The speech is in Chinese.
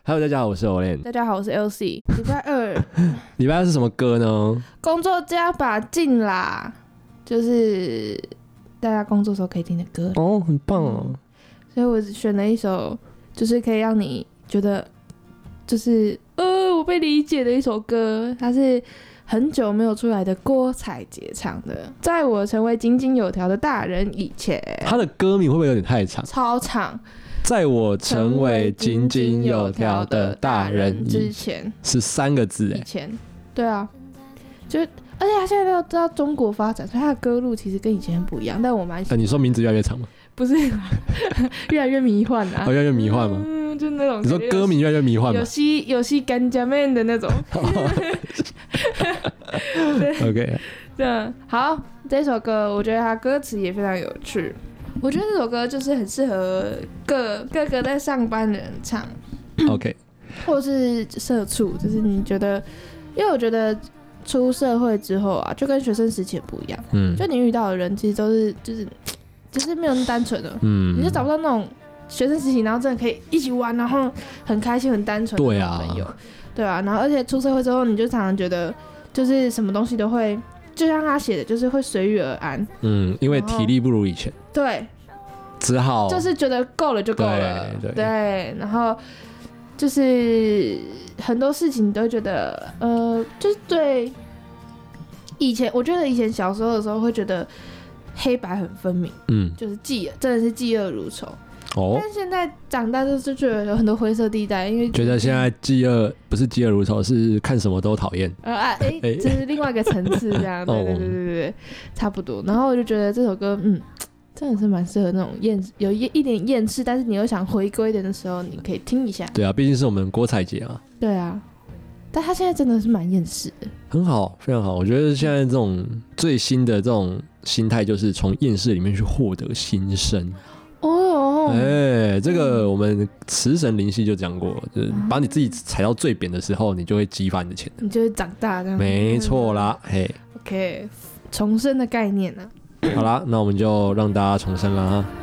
Hello， 大家好，我是 Olen。 大家好，我是 LC。礼拜二， 礼拜二是什么歌呢？ 工作加把劲啦，就是大家工作时候可以听的歌。 哦，很棒哦。 所以我选了一首，就是可以让你觉得，就是我被理解的一首歌。它是很久没有出来的郭采洁唱的，在我成为井井有条的大人以前。 他的歌名会不会有点太长？ 超长。 在我成为井井有条的大人之前是3个字以前，对啊，就而且他现在都知道中国发展，所以他的歌路其实跟以前不一样。但我蛮喜欢。 你说名字越来越长吗？ 不是，越来越迷幻啊！ 越来越迷幻吗？ 就那种。 你说歌名越来越迷幻吗？ 有些干加面的那种。 OK。 对，好，这首歌我觉得它歌词也非常有趣。我觉得这首歌就是很适合各个在上班的人唱。 OK。 或是社畜，就是你觉得，因为我觉得出社会之后啊，就跟学生时期也不一样。就你遇到的人其实都是就是没有那么单纯的。你就找不到那种学生时期，然后真的可以一起玩，然后很开心、很单纯的朋友。对啊，然后而且出社会之后，你就常常觉得，就是什么东西都会。就像他写的，就是会随遇而安。 因为体力不如以前。 对。 只好。 就是觉得够了就够了。对。然后就是很多事情你都会觉得，就是对。以前我觉得以前小时候的时候会觉得黑白很分明。就是真的是嫉恶如仇。但是现在长大就是觉得有很多灰色地带，因为觉得现在不是嫉恶如仇，是看什么都讨厌。 这是另外一个层次，这样。对，差不多。然后我就觉得这首歌，真的是蛮适合那种有一点厌世，但是你又想回归的时候，你可以听一下。 对啊，毕竟是我们郭采洁啊。 对啊，但他现在真的是蛮厌世的。很好，非常好。我觉得现在这种最新的这种心态，就是从厌世里面去获得新生。这个我们慈神灵犀就讲过，就是把你自己踩到最扁的时候，你就会激发你的潜能， 你就会长大这样。 没错啦。 OK， 重生的概念啊。 好啦，那我们就让大家重生啦哈。